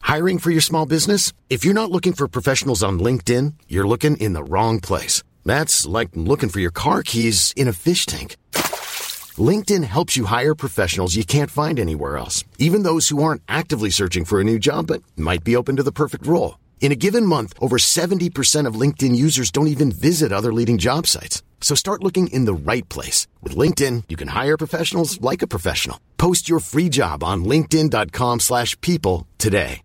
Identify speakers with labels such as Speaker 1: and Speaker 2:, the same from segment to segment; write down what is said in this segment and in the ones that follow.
Speaker 1: Hiring for your small business? If you're not looking for professionals on LinkedIn, you're looking in the wrong place. That's like looking for your car keys in a fish tank. LinkedIn helps you hire professionals you can't find anywhere else, even those who aren't actively searching for a new job but might be open to the perfect role. In a given month, over 70% of LinkedIn users don't even visit other leading job sites. So start looking in the right place. With LinkedIn, you can hire professionals like a professional. Post your free job on linkedin.com/people today.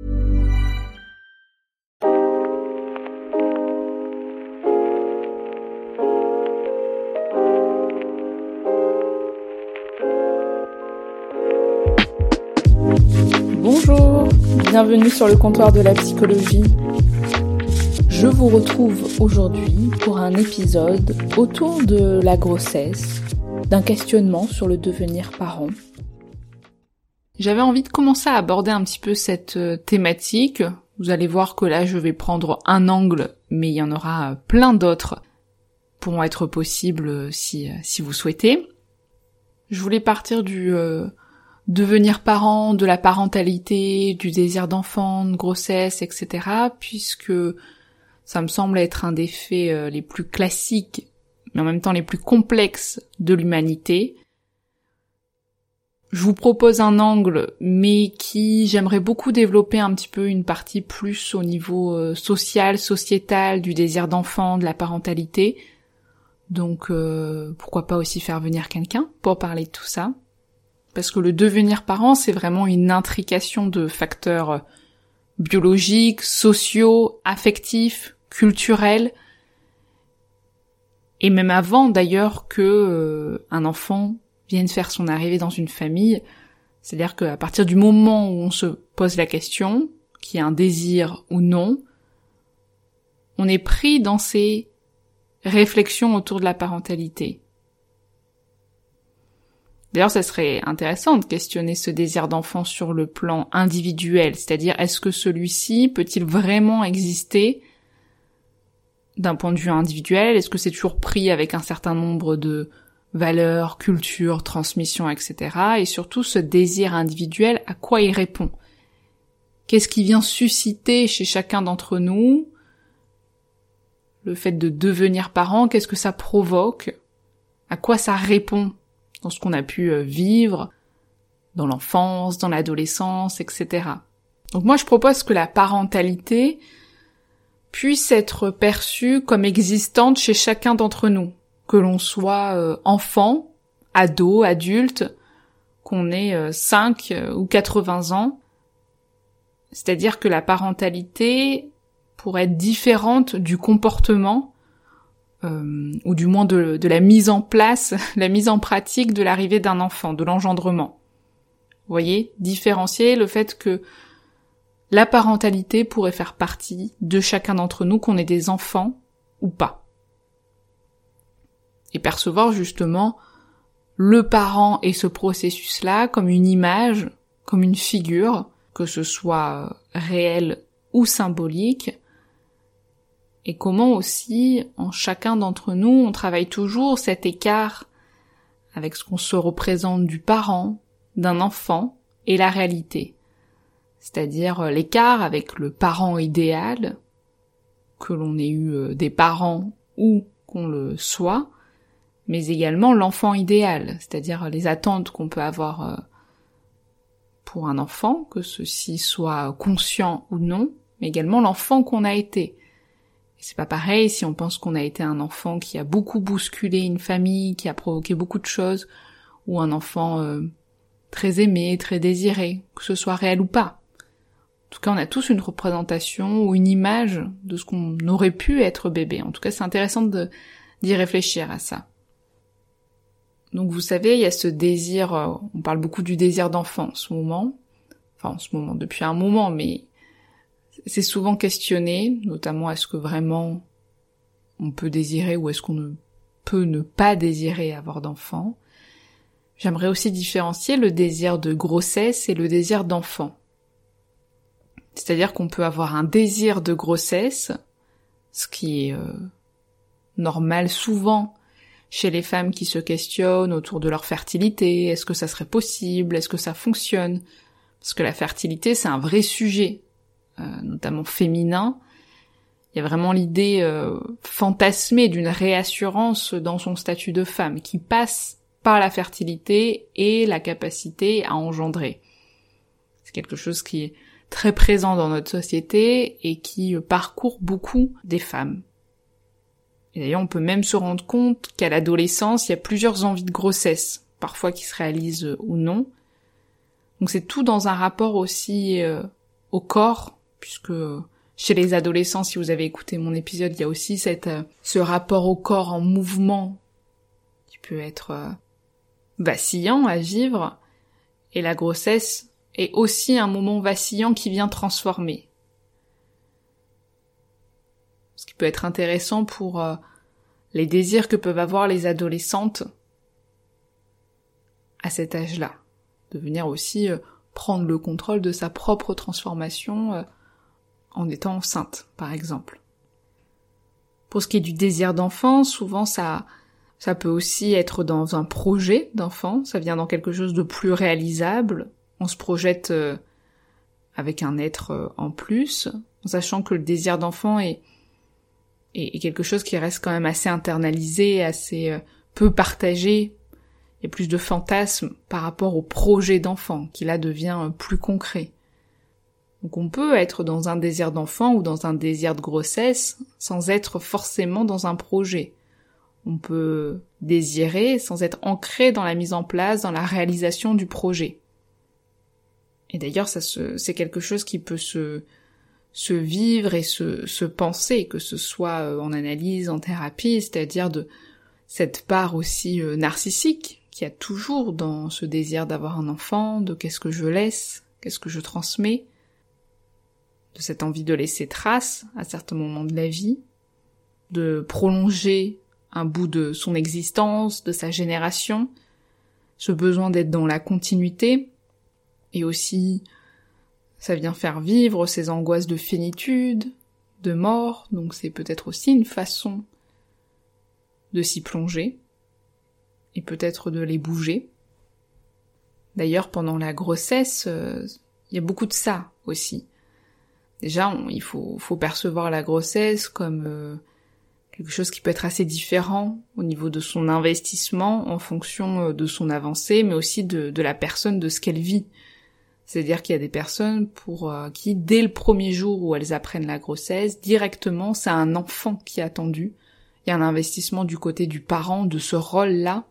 Speaker 2: Bonjour, bienvenue sur le comptoir de la psychologie. Je vous retrouve aujourd'hui pour un épisode autour de la grossesse, d'un questionnement sur le devenir parent. J'avais envie de commencer à aborder un petit peu cette thématique. Vous allez voir que là je vais prendre un angle, mais il y en aura plein d'autres pourront être possibles si vous souhaitez. Je voulais partir du devenir parent, de la parentalité, du désir d'enfant, de grossesse, etc. puisque ça me semble être un des faits les plus classiques, mais en même temps les plus complexes de l'humanité. Je vous propose un angle, mais qui j'aimerais beaucoup développer un petit peu une partie plus au niveau social, sociétal, du désir d'enfant, de la parentalité. Donc pourquoi pas aussi faire venir quelqu'un pour parler de tout ça. Parce que le devenir parent, c'est vraiment une intrication de facteurs biologiques, sociaux, affectifs, culturels, et même avant d'ailleurs que un enfant vienne faire son arrivée dans une famille. C'est-à-dire qu'à partir du moment où on se pose la question, qu'il y a un désir ou non, on est pris dans ces réflexions autour de la parentalité. D'ailleurs, ça serait intéressant de questionner ce désir d'enfant sur le plan individuel, c'est-à-dire est-ce que celui-ci peut-il vraiment exister d'un point de vue individuel? Est-ce que c'est toujours pris avec un certain nombre de valeurs, cultures, transmissions, etc. Et surtout, ce désir individuel, à quoi il répond? Qu'est-ce qui vient susciter chez chacun d'entre nous? Le fait de devenir parent, qu'est-ce que ça provoque? À quoi ça répond dans ce qu'on a pu vivre dans l'enfance, dans l'adolescence, etc. Donc moi je propose que la parentalité puisse être perçue comme existante chez chacun d'entre nous, que l'on soit enfant, ado, adulte, qu'on ait 5 ou 80 ans, c'est-à-dire que la parentalité pourrait être différente du comportement ou du moins de la mise en place, la mise en pratique de l'arrivée d'un enfant, de l'engendrement. Vous voyez, différencier le fait que la parentalité pourrait faire partie de chacun d'entre nous, qu'on ait des enfants ou pas. Et percevoir justement le parent et ce processus-là comme une image, comme une figure, que ce soit réel ou symbolique, et comment aussi, en chacun d'entre nous, on travaille toujours cet écart avec ce qu'on se représente du parent, d'un enfant, et la réalité. C'est-à-dire l'écart avec le parent idéal, que l'on ait eu des parents ou qu'on le soit, mais également l'enfant idéal, c'est-à-dire les attentes qu'on peut avoir pour un enfant, que ceci soit conscient ou non, mais également l'enfant qu'on a été. Et c'est pas pareil si on pense qu'on a été un enfant qui a beaucoup bousculé une famille, qui a provoqué beaucoup de choses, ou un enfant très aimé, très désiré, que ce soit réel ou pas. En tout cas, on a tous une représentation ou une image de ce qu'on aurait pu être bébé. En tout cas, c'est intéressant d'y réfléchir à ça. Donc vous savez, il y a ce désir, on parle beaucoup du désir d'enfant en ce moment, depuis un moment, mais c'est souvent questionné, notamment est-ce que vraiment on peut désirer ou est-ce qu'on ne peut ne pas désirer avoir d'enfant. J'aimerais aussi différencier le désir de grossesse et le désir d'enfant. C'est-à-dire qu'on peut avoir un désir de grossesse, ce qui est normal souvent chez les femmes qui se questionnent autour de leur fertilité, est-ce que ça serait possible, est-ce que ça fonctionne, Parce que la fertilité, c'est un vrai sujet, notamment féminin. Il y a vraiment l'idée fantasmée d'une réassurance dans son statut de femme, qui passe par la fertilité et la capacité à engendrer. C'est quelque chose qui est très présent dans notre société et qui parcourt beaucoup des femmes. Et d'ailleurs, on peut même se rendre compte qu'à l'adolescence, il y a plusieurs envies de grossesse, parfois qui se réalisent ou non. Donc c'est tout dans un rapport aussi au corps, puisque chez les adolescents, si vous avez écouté mon épisode, il y a aussi ce rapport au corps en mouvement qui peut être vacillant à vivre, et la grossesse est aussi un moment vacillant qui vient transformer. Ce qui peut être intéressant pour les désirs que peuvent avoir les adolescentes à cet âge-là. De venir aussi prendre le contrôle de sa propre transformation en étant enceinte, par exemple. Pour ce qui est du désir d'enfant, souvent ça peut aussi être dans un projet d'enfant, ça vient dans quelque chose de plus réalisable. On se projette avec un être en plus, en sachant que le désir d'enfant est quelque chose qui reste quand même assez internalisé, assez peu partagé. Il y a plus de fantasmes par rapport au projet d'enfant, qui là devient plus concret. Donc on peut être dans un désir d'enfant ou dans un désir de grossesse sans être forcément dans un projet. On peut désirer sans être ancré dans la mise en place, dans la réalisation du projet. Et d'ailleurs, c'est quelque chose qui peut se vivre et se penser, que ce soit en analyse, en thérapie, c'est-à-dire de cette part aussi narcissique qu'il y a toujours dans ce désir d'avoir un enfant, de qu'est-ce que je laisse, qu'est-ce que je transmets, de cette envie de laisser trace à certains moments de la vie, de prolonger un bout de son existence, de sa génération, ce besoin d'être dans la continuité, et aussi ça vient faire vivre ces angoisses de finitude, de mort, donc c'est peut-être aussi une façon de s'y plonger, et peut-être de les bouger. D'ailleurs, pendant la grossesse, il y a beaucoup de ça aussi. Déjà, il faut percevoir la grossesse comme quelque chose qui peut être assez différent au niveau de son investissement en fonction de son avancée, mais aussi de la personne, de ce qu'elle vit. C'est-à-dire qu'il y a des personnes pour qui, dès le premier jour où elles apprennent la grossesse, directement, c'est un enfant qui est attendu. Il y a un investissement du côté du parent, de ce rôle-là.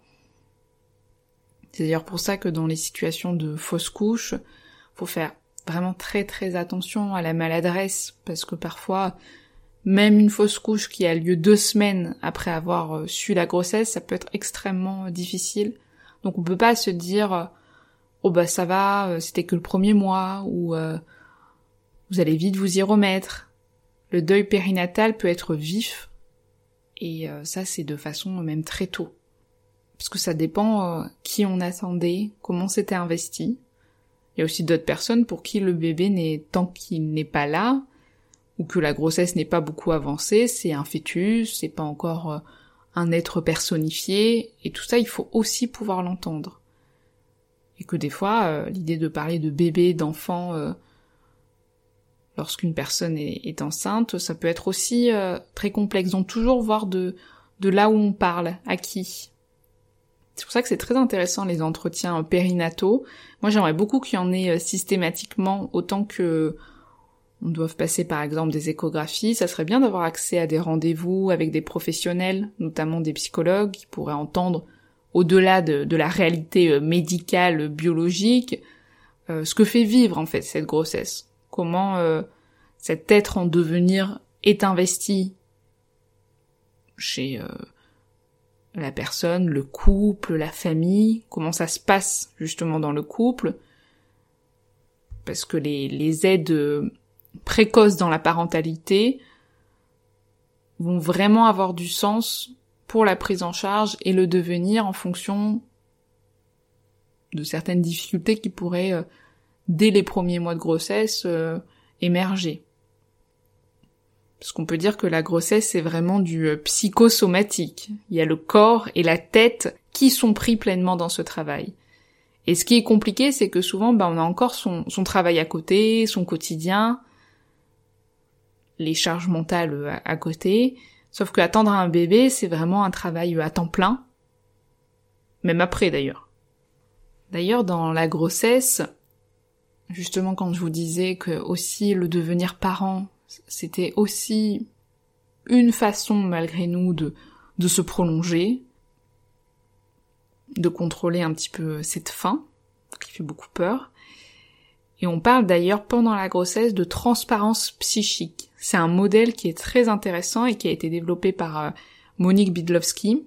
Speaker 2: C'est d'ailleurs pour ça que dans les situations de fausse couche, faut faire vraiment très très attention à la maladresse, parce que parfois, même une fausse couche qui a lieu 2 semaines après avoir su la grossesse, ça peut être extrêmement difficile. Donc on peut pas se dire oh bah ça va, c'était que le premier mois, ou vous allez vite vous y remettre. Le deuil périnatal peut être vif, et ça c'est de façon même très tôt. Parce que ça dépend qui on attendait, comment c'était investi. Il y a aussi d'autres personnes pour qui le bébé tant qu'il n'est pas là, ou que la grossesse n'est pas beaucoup avancée, c'est un fœtus, c'est pas encore un être personnifié, et tout ça il faut aussi pouvoir l'entendre. Et que des fois, l'idée de parler de bébé, d'enfant, lorsqu'une personne est enceinte, ça peut être aussi très complexe. Donc toujours voir de là où on parle, à qui. C'est pour ça que c'est très intéressant les entretiens périnataux. Moi j'aimerais beaucoup qu'il y en ait systématiquement, autant que on doit passer par exemple des échographies. Ça serait bien d'avoir accès à des rendez-vous avec des professionnels, notamment des psychologues, qui pourraient entendre au-delà de la réalité médicale, biologique, ce que fait vivre en fait cette grossesse. Comment cet être en devenir est investi chez la personne, le couple, la famille, comment ça se passe justement dans le couple, parce que les aides précoces dans la parentalité vont vraiment avoir du sens pour la prise en charge et le devenir en fonction de certaines difficultés qui pourraient, dès les premiers mois de grossesse, émerger. Parce qu'on peut dire que la grossesse, c'est vraiment du psychosomatique. Il y a le corps et la tête qui sont pris pleinement dans ce travail. Et ce qui est compliqué, c'est que souvent, on a encore son travail à côté, son quotidien, les charges mentales à côté. Sauf que attendre un bébé, c'est vraiment un travail à temps plein. Même après, d'ailleurs. D'ailleurs, dans la grossesse, justement quand je vous disais que aussi le devenir parent, c'était aussi une façon, malgré nous, de se prolonger, de contrôler un petit peu cette faim, qui fait beaucoup peur. Et on parle d'ailleurs pendant la grossesse de transparence psychique. C'est un modèle qui est très intéressant et qui a été développé par Monique Bydlowski.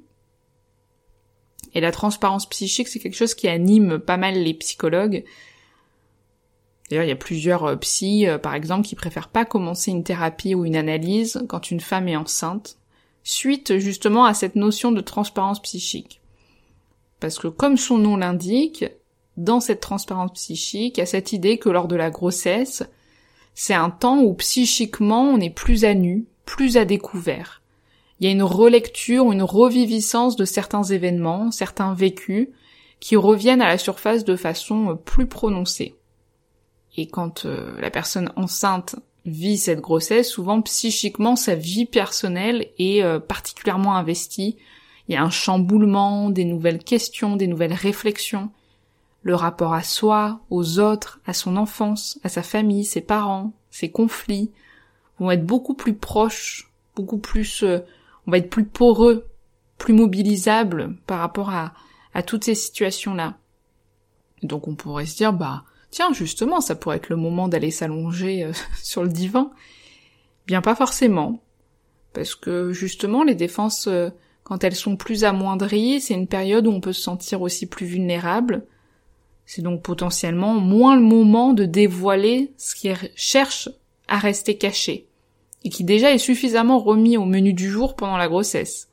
Speaker 2: Et la transparence psychique, c'est quelque chose qui anime pas mal les psychologues. D'ailleurs, il y a plusieurs psys, par exemple, qui préfèrent pas commencer une thérapie ou une analyse quand une femme est enceinte, suite justement à cette notion de transparence psychique. Parce que comme son nom l'indique, dans cette transparence psychique, il y a cette idée que lors de la grossesse, c'est un temps où psychiquement on est plus à nu, plus à découvert. Il y a une relecture, une reviviscence de certains événements, certains vécus, qui reviennent à la surface de façon plus prononcée. Et quand la personne enceinte vit cette grossesse, souvent psychiquement sa vie personnelle est particulièrement investie. Il y a un chamboulement, des nouvelles questions, des nouvelles réflexions. Le rapport à soi, aux autres, à son enfance, à sa famille, ses parents, ses conflits vont être beaucoup plus proches, beaucoup plus... on va être plus poreux, plus mobilisable par rapport à toutes ces situations-là. Donc on pourrait se dire, tiens, justement, ça pourrait être le moment d'aller s'allonger sur le divan. Bien pas forcément, parce que justement, les défenses, quand elles sont plus amoindries, c'est une période où on peut se sentir aussi plus vulnérable. C'est donc potentiellement moins le moment de dévoiler ce qui cherche à rester caché, et qui déjà est suffisamment remis au menu du jour pendant la grossesse.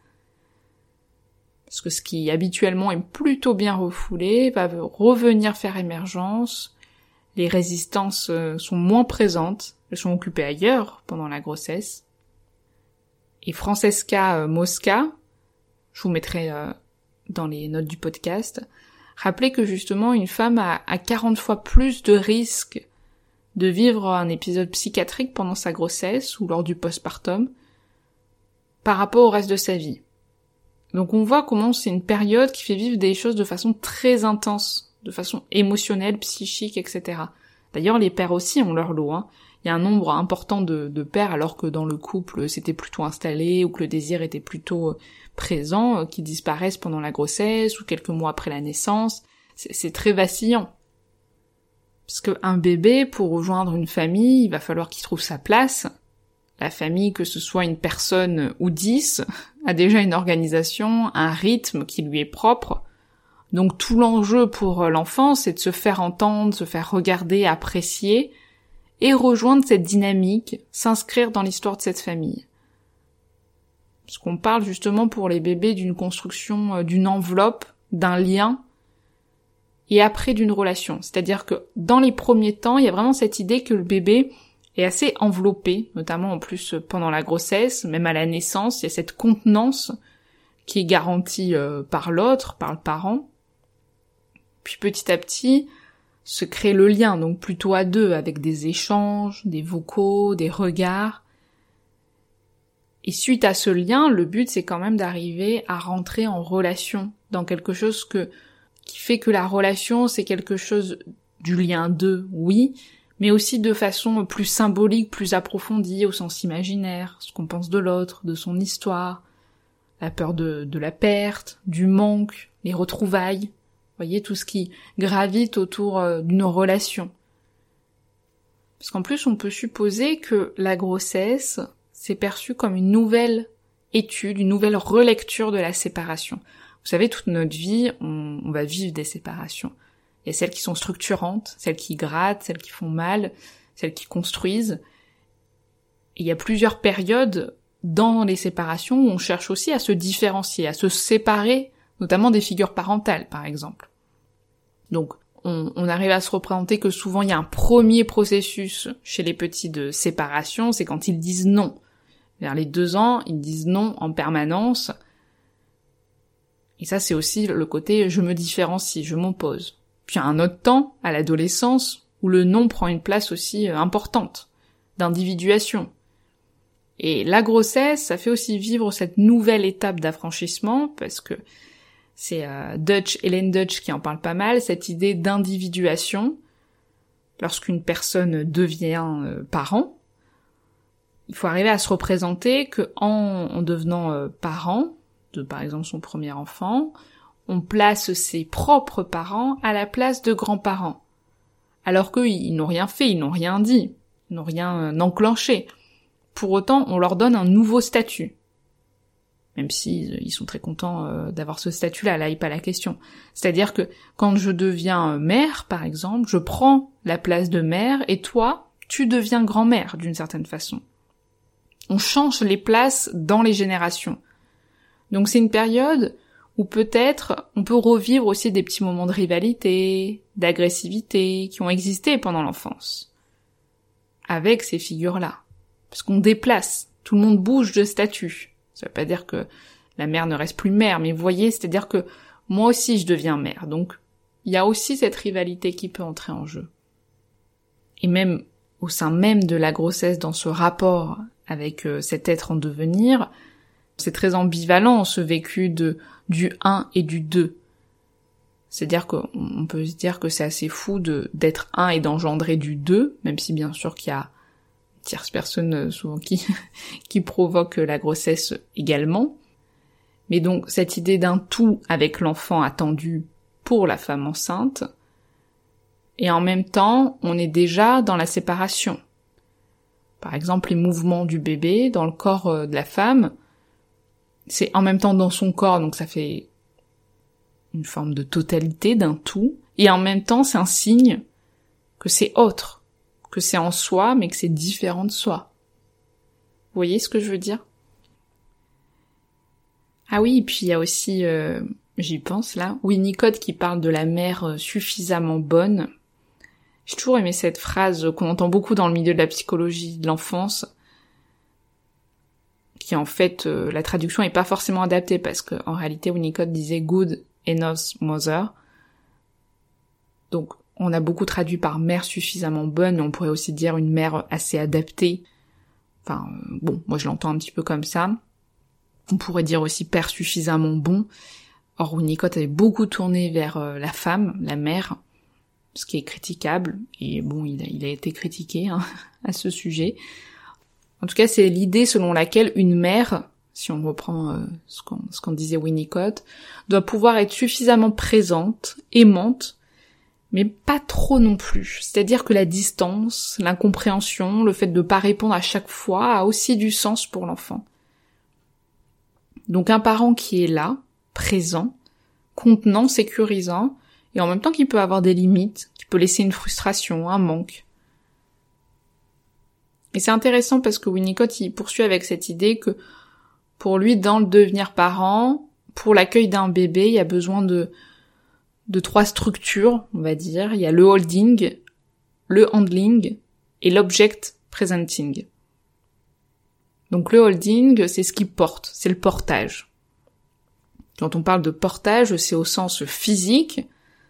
Speaker 2: Parce que ce qui habituellement est plutôt bien refoulé va revenir faire émergence. Les résistances sont moins présentes, elles sont occupées ailleurs pendant la grossesse. Et Francesca Mosca, je vous mettrai dans les notes du podcast, rappelait que justement une femme a 40 fois plus de risques de vivre un épisode psychiatrique pendant sa grossesse ou lors du postpartum par rapport au reste de sa vie. Donc on voit comment c'est une période qui fait vivre des choses de façon très intense, de façon émotionnelle, psychique, etc. D'ailleurs, les pères aussi ont leur lot. Il y a un nombre important de pères, alors que dans le couple, c'était plutôt installé, ou que le désir était plutôt présent, qui disparaissent pendant la grossesse, ou quelques mois après la naissance. C'est très vacillant. Parce qu'un bébé, pour rejoindre une famille, il va falloir qu'il trouve sa place. La famille, que ce soit une personne ou 10, a déjà une organisation, un rythme qui lui est propre. Donc tout l'enjeu pour l'enfant, c'est de se faire entendre, se faire regarder, apprécier, et rejoindre cette dynamique, s'inscrire dans l'histoire de cette famille. Parce qu'on parle justement pour les bébés d'une construction, d'une enveloppe, d'un lien, et après d'une relation. C'est-à-dire que dans les premiers temps, il y a vraiment cette idée que le bébé est assez enveloppé, notamment en plus pendant la grossesse, même à la naissance, il y a cette contenance qui est garantie par l'autre, par le parent. Puis petit à petit, se crée le lien, donc plutôt à deux, avec des échanges, des vocaux, des regards. Et suite à ce lien, le but c'est quand même d'arriver à rentrer en relation, dans quelque chose qui fait que la relation c'est quelque chose du lien d'eux, oui, mais aussi de façon plus symbolique, plus approfondie, au sens imaginaire, ce qu'on pense de l'autre, de son histoire, la peur de la perte, du manque, les retrouvailles. Vous voyez, tout ce qui gravite autour d'une relation. Parce qu'en plus, on peut supposer que la grossesse, c'est perçu comme une nouvelle étude, une nouvelle relecture de la séparation. Vous savez, toute notre vie, on va vivre des séparations. Il y a celles qui sont structurantes, celles qui grattent, celles qui font mal, celles qui construisent. Et il y a plusieurs périodes dans les séparations où on cherche aussi à se différencier, à se séparer, notamment des figures parentales, par exemple. Donc, on arrive à se représenter que souvent il y a un premier processus chez les petits de séparation, c'est quand ils disent non. Vers les 2 ans, ils disent non en permanence. Et ça, c'est aussi le côté je me différencie, je m'oppose. Puis à un autre temps, à l'adolescence, où le non prend une place aussi importante, d'individuation. Et la grossesse, ça fait aussi vivre cette nouvelle étape d'affranchissement, parce que c'est Hélène Dutch qui en parle pas mal, cette idée d'individuation. Lorsqu'une personne devient parent, il faut arriver à se représenter que en devenant parent, de par exemple son premier enfant, on place ses propres parents à la place de grands-parents. Alors qu'eux, ils n'ont rien fait, ils n'ont rien dit, ils n'ont rien enclenché. Pour autant, on leur donne un nouveau statut. Même si ils sont très contents d'avoir ce statut-là, là, il n'est pas la question. C'est-à-dire que quand je deviens mère, par exemple, je prends la place de mère et toi, tu deviens grand-mère d'une certaine façon. On change les places dans les générations. Donc c'est une période où peut-être on peut revivre aussi des petits moments de rivalité, d'agressivité qui ont existé pendant l'enfance. Avec ces figures-là. Parce qu'on déplace, tout le monde bouge de statut. Ça veut pas dire que la mère ne reste plus mère, mais vous voyez, c'est-à-dire que moi aussi je deviens mère. Donc il y a aussi cette rivalité qui peut entrer en jeu. Et même au sein même de la grossesse, dans ce rapport avec cet être en devenir, c'est très ambivalent ce vécu du 1 et du 2. C'est-à-dire qu'on peut se dire que c'est assez fou d'être 1 et d'engendrer du 2, même si bien sûr qu'il y a tierce personne souvent qui provoque la grossesse également. Mais donc cette idée d'un tout avec l'enfant attendu pour la femme enceinte, et en même temps on est déjà dans la séparation. Par exemple les mouvements du bébé dans le corps de la femme, c'est en même temps dans son corps, donc ça fait une forme de totalité, d'un tout, et en même temps c'est un signe que c'est autre, que c'est en soi, mais que c'est différent de soi. Vous voyez ce que je veux dire? Ah oui, et puis il y a aussi, j'y pense là, Winnicott qui parle de la mère suffisamment bonne. J'ai toujours aimé cette phrase qu'on entend beaucoup dans le milieu de la psychologie de l'enfance, qui en fait, la traduction est pas forcément adaptée, parce que en réalité Winnicott disait « good enough mother ». Donc on a beaucoup traduit par mère suffisamment bonne, mais on pourrait aussi dire une mère assez adaptée. Enfin, bon, moi je l'entends un petit peu comme ça. On pourrait dire aussi père suffisamment bon. Or, Winnicott avait beaucoup tourné vers la femme, la mère, ce qui est critiquable. Et bon, il a été critiqué à ce sujet. En tout cas, c'est l'idée selon laquelle une mère, si on reprend ce qu'en disait Winnicott, doit pouvoir être suffisamment présente, aimante, mais pas trop non plus. C'est-à-dire que la distance, l'incompréhension, le fait de pas répondre à chaque fois a aussi du sens pour l'enfant. Donc un parent qui est là, présent, contenant, sécurisant, et en même temps qui peut avoir des limites, qui peut laisser une frustration, un manque. Et c'est intéressant parce que Winnicott, il poursuit avec cette idée que pour lui, dans le devenir parent, pour l'accueil d'un bébé, il y a besoin de 3 structures, on va dire. Il y a le holding, le handling et l'object presenting. Donc le holding, c'est ce qui porte, c'est le portage. Quand on parle de portage, c'est au sens physique,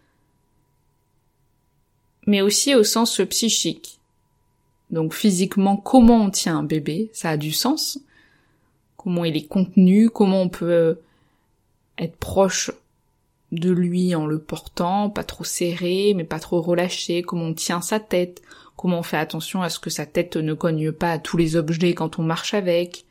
Speaker 2: mais aussi au sens psychique. Donc physiquement, comment on tient un bébé, ça a du sens. Comment il est contenu, comment on peut être proche de lui en le portant, pas trop serré, mais pas trop relâché, comment on tient sa tête, comment on fait attention à ce que sa tête ne cogne pas à tous les objets quand on marche avec.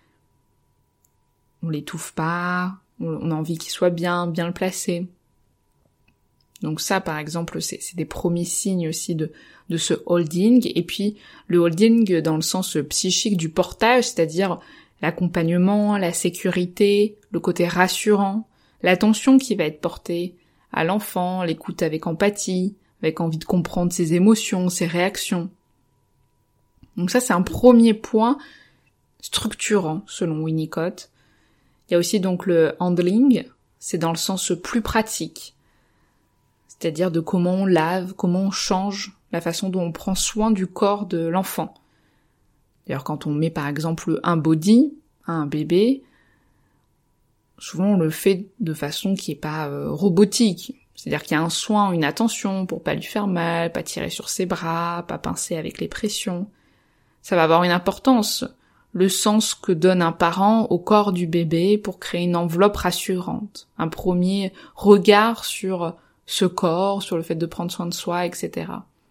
Speaker 2: On l'étouffe pas, on a envie qu'il soit bien le placé. Donc ça, par exemple, c'est des premiers signes aussi de ce holding. Et puis, le holding dans le sens psychique du portage, c'est-à-dire l'accompagnement, la sécurité, le côté rassurant, l'attention qui va être portée à l'enfant, l'écoute avec empathie, avec envie de comprendre ses émotions, ses réactions. Donc ça, c'est un premier point structurant, selon Winnicott. Il y a aussi donc le handling, c'est dans le sens plus pratique. C'est-à-dire de comment on lave, comment on change, la façon dont on prend soin du corps de l'enfant. D'ailleurs, quand on met par exemple un body à un bébé, souvent on le fait de façon qui est pas robotique. C'est-à-dire qu'il y a un soin, une attention pour pas lui faire mal, pas tirer sur ses bras, pas pincer avec les pressions. Ça va avoir une importance, le sens que donne un parent au corps du bébé pour créer une enveloppe rassurante, un premier regard sur ce corps, sur le fait de prendre soin de soi, etc.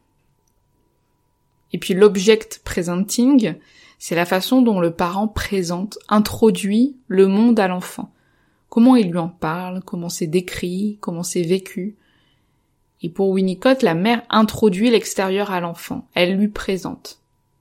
Speaker 2: Et puis l'object presenting, c'est la façon dont le parent présente, introduit le monde à l'enfant. Comment il lui en parle, comment c'est décrit, comment c'est vécu. Et pour Winnicott, la mère introduit l'extérieur à l'enfant, elle lui présente.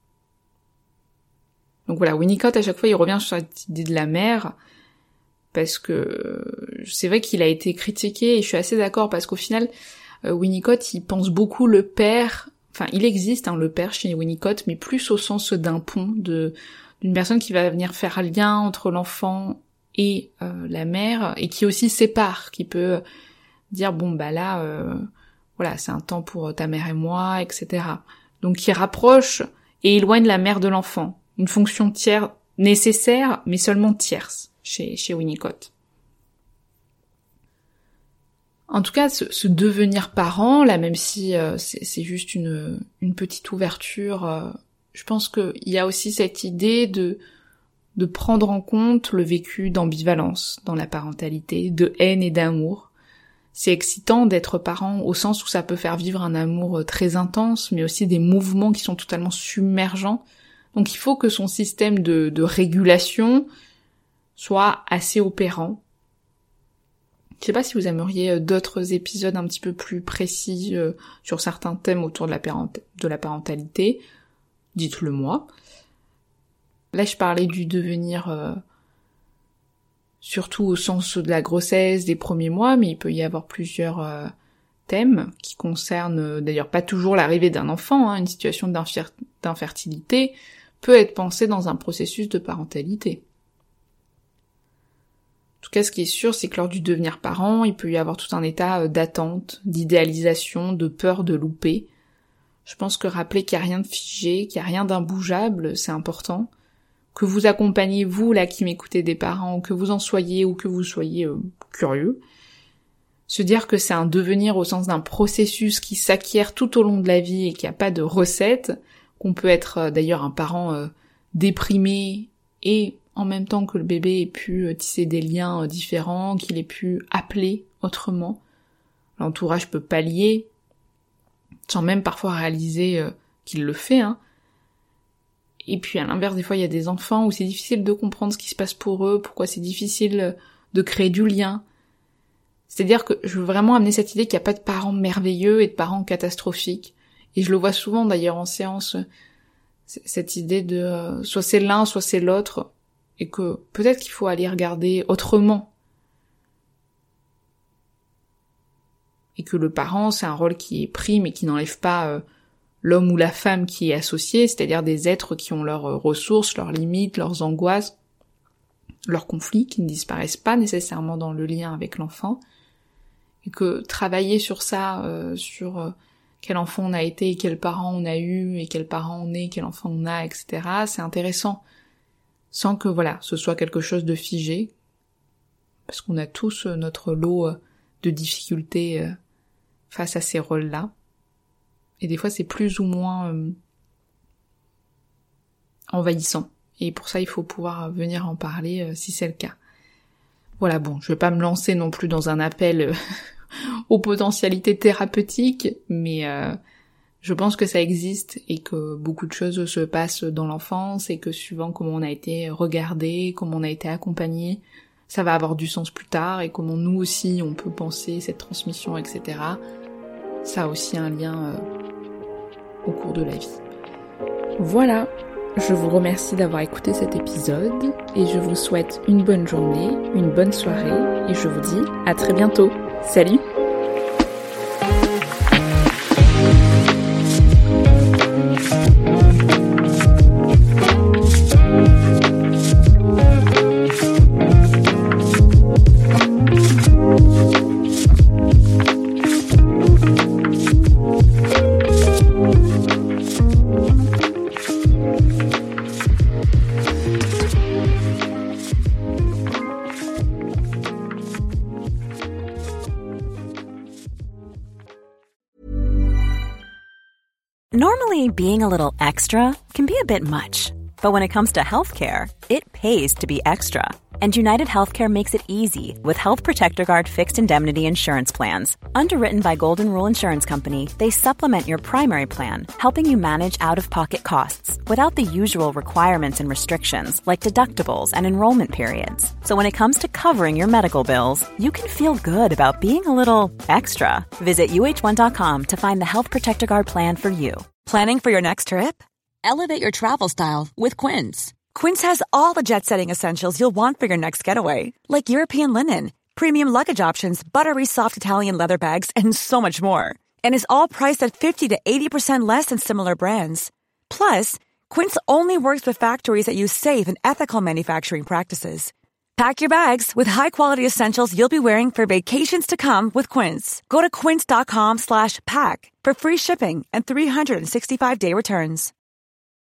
Speaker 2: Donc voilà, Winnicott, à chaque fois, il revient sur cette idée de la mère, parce que c'est vrai qu'il a été critiqué, et je suis assez d'accord, parce qu'au final, Winnicott, il pense beaucoup le père, enfin, il existe, le père chez Winnicott, mais plus au sens d'un pont, d'une personne qui va venir faire lien entre l'enfant et la mère, et qui aussi sépare, qui peut dire, bon, bah là, voilà, c'est un temps pour ta mère et moi, etc. Donc, qui rapproche et éloigne la mère de l'enfant. Une fonction tiers nécessaire, mais seulement tierce, chez Winnicott. En tout cas, ce devenir parent, là, même si c'est juste une petite ouverture, je pense qu'il y a aussi cette idée de prendre en compte le vécu d'ambivalence dans la parentalité, de haine et d'amour. C'est excitant d'être parent au sens où ça peut faire vivre un amour très intense, mais aussi des mouvements qui sont totalement submergents. Donc il faut que son système de régulation soit assez opérant. Je sais pas si vous aimeriez d'autres épisodes un petit peu plus précis sur certains thèmes autour de la parentalité. Dites-le moi. Là, je parlais du devenir surtout au sens de la grossesse, des premiers mois, mais il peut y avoir plusieurs thèmes qui concernent d'ailleurs pas toujours l'arrivée d'un enfant. Une situation d'infertilité peut être pensée dans un processus de parentalité. En tout cas, ce qui est sûr, c'est que lors du devenir parent, il peut y avoir tout un état d'attente, d'idéalisation, de peur de louper. Je pense que rappeler qu'il n'y a rien de figé, qu'il n'y a rien d'imbougeable, c'est important. Que vous accompagnez, vous, là, qui m'écoutez, des parents, que vous en soyez ou que vous soyez curieux. Se dire que c'est un devenir au sens d'un processus qui s'acquiert tout au long de la vie et qu'il n'y a pas de recette, qu'on peut être d'ailleurs un parent déprimé et en même temps que le bébé ait pu tisser des liens différents, qu'il ait pu appeler autrement. L'entourage peut pallier, sans même parfois réaliser qu'il le fait, Et puis à l'inverse, des fois il y a des enfants où c'est difficile de comprendre ce qui se passe pour eux, pourquoi c'est difficile de créer du lien. C'est-à-dire que je veux vraiment amener cette idée qu'il n'y a pas de parents merveilleux et de parents catastrophiques. Et je le vois souvent d'ailleurs en séance, cette idée de soit c'est l'un, soit c'est l'autre, et que peut-être qu'il faut aller regarder autrement. Et que le parent, c'est un rôle qui est pris, mais qui n'enlève pas l'homme ou la femme qui est associé, c'est-à-dire des êtres qui ont leurs ressources, leurs limites, leurs angoisses, leurs conflits, qui ne disparaissent pas nécessairement dans le lien avec l'enfant. Et que travailler sur ça, sur quel enfant on a été, quels parents on a eu, et quels parents on est, quel enfant on a, etc., c'est intéressant. Sans que, ce soit quelque chose de figé. Parce qu'on a tous notre lot de difficultés face à ces rôles-là. Et des fois, c'est plus ou moins envahissant. Et pour ça, il faut pouvoir venir en parler si c'est le cas. Voilà, bon, je vais pas me lancer non plus dans un appel aux potentialités thérapeutiques, mais je pense que ça existe et que beaucoup de choses se passent dans l'enfance et que suivant comment on a été regardé, comment on a été accompagné, ça va avoir du sens plus tard et comment nous aussi on peut penser cette transmission, etc. Ça a aussi un lien au cours de la vie. Voilà, je vous remercie d'avoir écouté cet épisode et je vous souhaite une bonne journée, une bonne soirée et je vous dis à très bientôt. Salut!
Speaker 3: Normally, being a little extra can be a bit much. But when it comes to healthcare, it pays to be extra. And United Healthcare makes it easy with Health Protector Guard fixed indemnity insurance plans. Underwritten by Golden Rule Insurance Company, they supplement your primary plan, helping you manage out-of-pocket costs without the usual requirements and restrictions like deductibles and enrollment periods. So when it comes to covering your medical bills, you can feel good about being a little extra. Visit uh1.com to find the Health Protector Guard plan for you. Planning for your next trip? Elevate your travel style with Quince. Quince has all the jet-setting essentials you'll want for your next getaway, like European linen, premium luggage options, buttery soft Italian leather bags, and so much more. And is all priced at 50 to 80% less than similar brands. Plus, Quince only works with factories that use safe and ethical manufacturing practices. Pack your bags with high-quality essentials you'll be wearing for vacations to come with Quince. Go to quince.com/pack for free shipping and 365-day returns.